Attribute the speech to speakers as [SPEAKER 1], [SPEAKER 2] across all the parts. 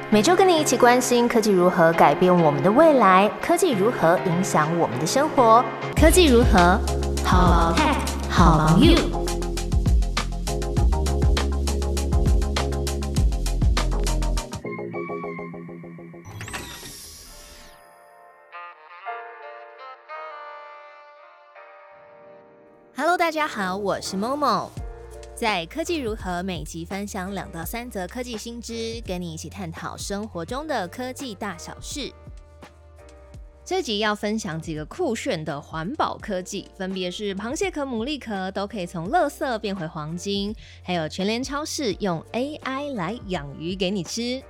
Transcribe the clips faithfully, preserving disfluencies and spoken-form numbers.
[SPEAKER 1] 每周跟你一起关心科技如何改变我们的未来，科技如何影响我们的生活，科技如何好 Tech 好 You。Hello， 大家好，我是 Momo。在科技如何每集分享两到三则科技新知，跟你一起探讨生活中的科技大小事。这集要分享几个酷炫的环保科技，分别是螃蟹壳、牡蛎壳都可以从垃圾变回黄金，还有全联超市用 A I 来养鱼给你吃。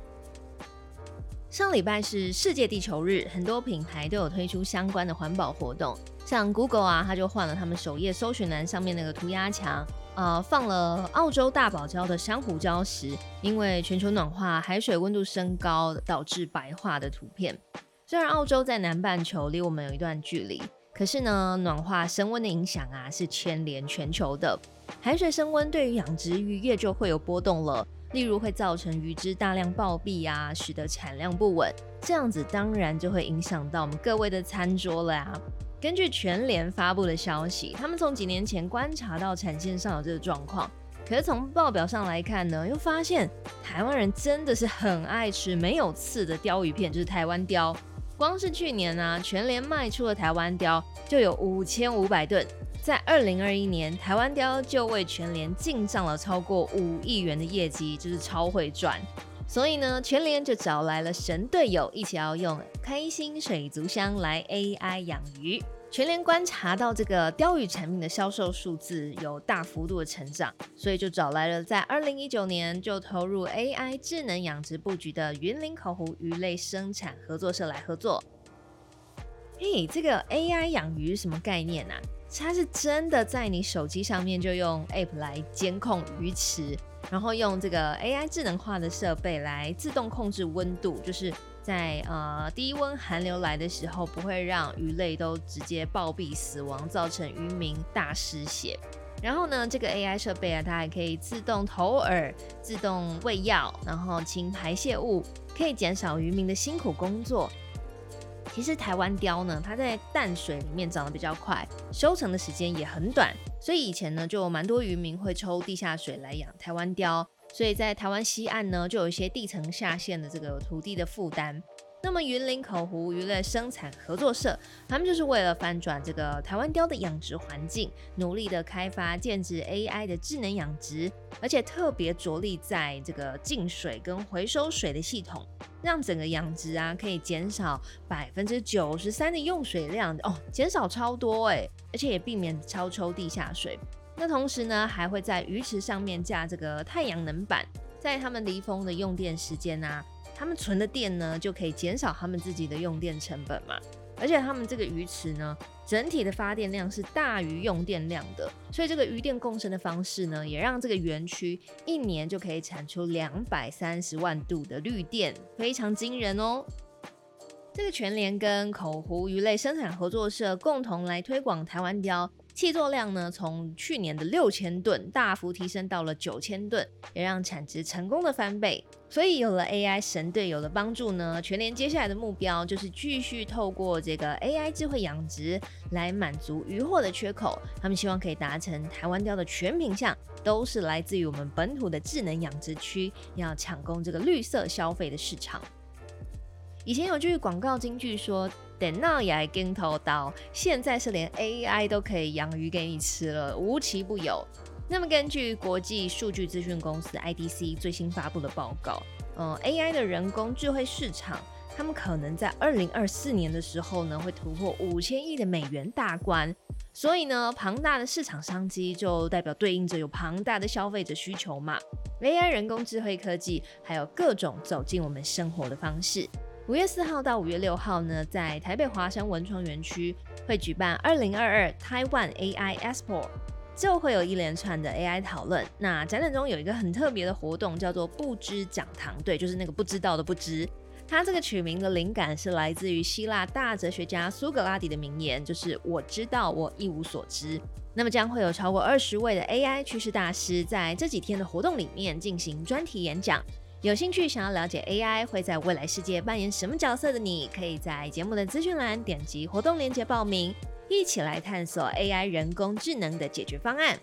[SPEAKER 1] 上礼拜是世界地球日，很多品牌都有推出相关的环保活动，像 Google 啊，它就换了他们首页搜寻栏上面那个涂鸦墙，呃，放了澳洲大堡礁的珊瑚礁石，因为全球暖化，海水温度升高导致白化的图片。虽然澳洲在南半球离我们有一段距离，可是呢，暖化升温的影响啊是牵连全球的。海水升温对于养殖渔业就会有波动了，例如会造成鱼只大量暴毙啊，使得产量不稳，这样子当然就会影响到我们各位的餐桌了啊。根据全联发布的消息，他们从几年前观察到产线上有这个状况，可是从报表上来看呢，又发现台湾人真的是很爱吃没有刺的鲷鱼片，就是台湾鲷。光是去年啊，全联卖出的台湾鲷就有五千五百吨，在二零二一年，台湾鲷就为全联进账了超过五亿元的业绩，就是超会赚。所以呢，全联就找来了神队友，一起要用开心水族箱来 A I 养鱼。全联观察到这个鲷鱼产品的销售数字有大幅度的成长，所以就找来了在二零一九年就投入 A I 智能养殖布局的云林口湖鱼类生产合作社来合作。嘿，这个 A I 养鱼什么概念啊？它是真的在你手机上面就用 App 来监控鱼池，然后用这个 A I 智能化的设备来自动控制温度，就是在呃低温寒流来的时候，不会让鱼类都直接暴毙死亡，造成渔民大失血。然后呢，这个 A I 设备啊，它还可以自动投饵、自动喂药，然后清排泄物，可以减少渔民的辛苦工作。其实台湾鲷呢，它在淡水里面长得比较快，收成的时间也很短，所以以前呢，就有蛮多渔民会抽地下水来养台湾鲷。所以在台湾西岸呢，就有一些地层下陷的这个土地的负担。那么云林口湖鱼类生产合作社，他们就是为了翻转这个台湾鲷的养殖环境，努力的开发建置 A I 的智能养殖，而且特别着力在这个净水跟回收水的系统，让整个养殖啊可以减少百分之九十三的用水量哦，减少超多哎，而且也避免超抽地下水。那同时呢，还会在鱼池上面架这个太阳能板，在他们离峰的用电时间啊，他们存的电呢就可以减少他们自己的用电成本嘛。而且他们这个鱼池呢，整体的发电量是大于用电量的，所以这个鱼电共生的方式呢，也让这个园区一年就可以产出两百三十万度的绿电，非常惊人哦。这个全联跟口湖鱼类生产合作社共同来推广台湾鲷，契作量呢从去年的六千吨大幅提升到了九千吨，也让产值成功的翻倍。所以有了 A I 神队友的帮助呢，全联接下来的目标就是继续透过这个 A I 智慧养殖来满足渔获的缺口。他们希望可以达成台湾鲷的全品项都是来自于我们本土的智能养殖区，要抢攻这个绿色消费的市场。以前有句广告金句说，电脑也跟头刀，现在是连 A I 都可以养鱼给你吃了，无奇不有。那么根据国际数据资讯公司 I D C 最新发布的报告，呃、A I 的人工智慧市场，他们可能在二零二四年的时候呢，会突破五千亿的美元大关。所以呢，庞大的市场商机就代表对应着有庞大的消费者需求嘛。A I 人工智慧科技还有各种走进我们生活的方式。五月四号到五月六号呢，在台北华山文创园区会举办二零二二台湾 A I Expo， 就会有一连串的 A I 讨论。那展览中有一个很特别的活动，叫做不知讲堂，对，就是那个不知道的不知。它这个取名的灵感是来自于希腊大哲学家苏格拉底的名言，就是我知道我一无所知。那么将会有超过二十位的 A I 趋势大师在这几天的活动里面进行专题演讲。 有兴趣想要了解 A I 会在未来世界扮演什么角色的你，可以在节目的资讯栏点击活动链接报名，一起来探索 A I 人工智能的解决方案。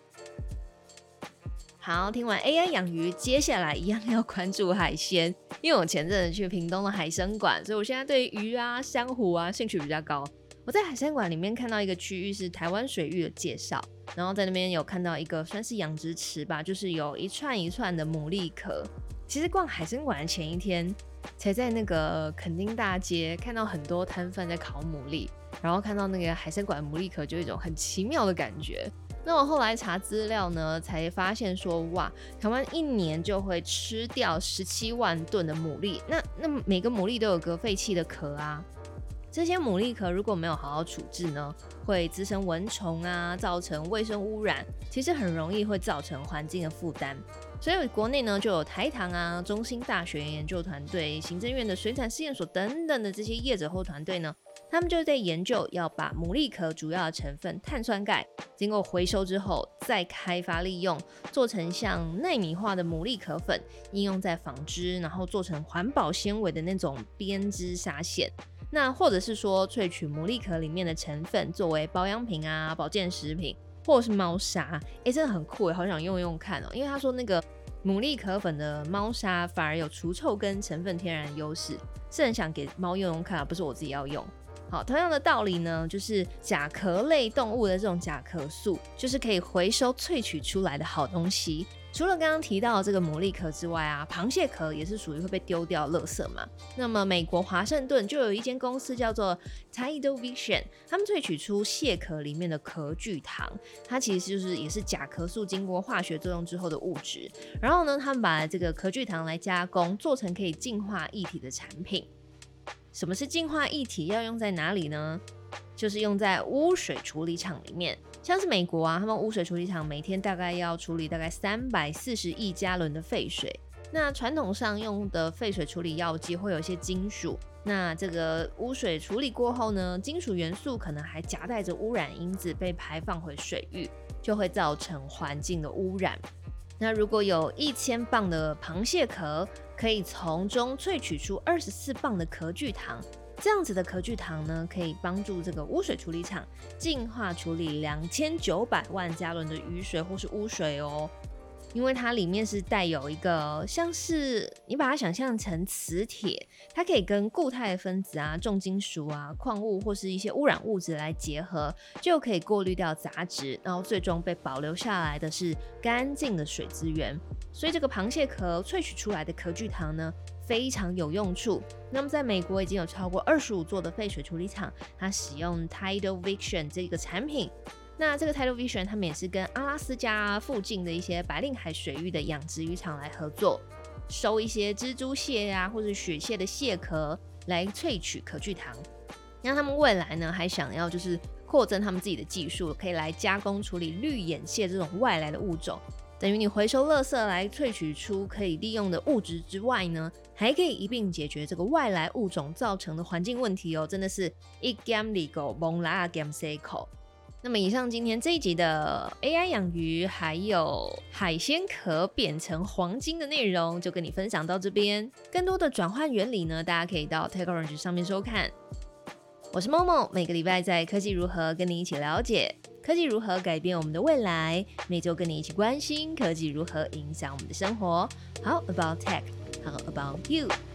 [SPEAKER 1] 好，听完 A I 养鱼，接下来一样要关注海鲜，因为我前阵子去屏东的海参馆，所以我现在对鱼啊、珊瑚啊兴趣比较高。我在海参馆里面看到一个区域是台湾水域的介绍，然后在那边有看到一个算是养殖池吧，就是有一串一串的牡蛎壳。其实逛海参馆的前一天，才在那个垦丁大街看到很多摊贩在烤牡蛎，然后看到那个海参馆牡蛎壳，就有一种很奇妙的感觉。那我后来查资料呢，才发现说，哇，台湾一年就会吃掉十七万吨的牡蛎，那那每个牡蛎都有个废弃的壳啊。这些牡蛎壳如果没有好好处置呢，会滋生蚊虫啊，造成卫生污染，其实很容易会造成环境的负担。所以国内呢就有台糖啊、中兴大学研究团队、行政院的水产试验所等等的这些业者或团队呢，他们就在研究要把牡蛎壳主要的成分碳酸钙经过回收之后再开发利用，做成像奈米化的牡蛎壳粉，应用在纺织，然后做成环保纤维的那种编织纱线。那或者是说萃取牡蛎壳里面的成分作为保养品啊、保健食品，或者是猫砂，哎，真的很酷耶，好想用用看哦。因为他说那个牡蛎壳粉的猫砂反而有除臭跟成分天然优势，是很想给猫用用看啊，不是我自己要用。好，同样的道理呢，就是甲壳类动物的这种甲壳素，就是可以回收萃取出来的好东西。除了刚刚提到的这个牡蛎壳之外啊，螃蟹壳也是属于会被丢掉的垃圾嘛。那么美国华盛顿就有一间公司叫做 Tidal Vision， 他们萃取出蟹壳里面的壳聚糖，它其实就是也是甲壳素经过化学作用之后的物质。然后呢，他们把这个壳聚糖来加工，做成可以净化液体的产品。什么是净化液体？要用在哪里呢？就是用在污水处理厂里面。像是美国啊，他们污水处理厂每天大概要处理大概三百四十亿加仑的废水。那传统上用的废水处理药剂会有一些金属，那这个污水处理过后呢，金属元素可能还夹带着污染因子被排放回水域，就会造成环境的污染。那如果有一千磅的螃蟹壳，可以从中萃取出二十四磅的壳聚糖。这样子的壳聚糖呢，可以帮助这个污水处理厂净化处理两千九百万加仑的雨水或是污水哦。因为它里面是带有一个像是你把它想象成磁铁，它可以跟固态分子啊、重金属啊、矿物或是一些污染物质来结合，就可以过滤掉杂质，然后最终被保留下来的是干净的水资源。所以这个螃蟹壳萃取出来的壳聚糖呢，非常有用处。那么在美国已经有超过二十五座的废水处理厂，它使用 Tidal Vision 这个产品。那这个 Tidal Vision 他们也是跟阿拉斯加附近的一些白令海水域的养殖渔场来合作，收一些蜘蛛蟹啊或者雪蟹的蟹壳来萃取壳聚糖。那他们未来呢还想要就是扩增他们自己的技术，可以来加工处理绿眼蟹这种外来的物种。等于你回收垃圾来萃取出可以利用的物质之外呢，还可以一并解决这个外来物种造成的环境问题哦，真的是一兼二顾，蒙拉兼四口。那么以上今天这一集的 A I 养鱼还有海鲜壳变成黄金的内容就跟你分享到这边，更多的转换原理呢，大家可以到 TechOrange 上面收看。我是 Momo， 每个礼拜在科技如何跟你一起了解科技如何改变我们的未来，每周跟你一起关心科技如何影响我们的生活。How about tech? How about you?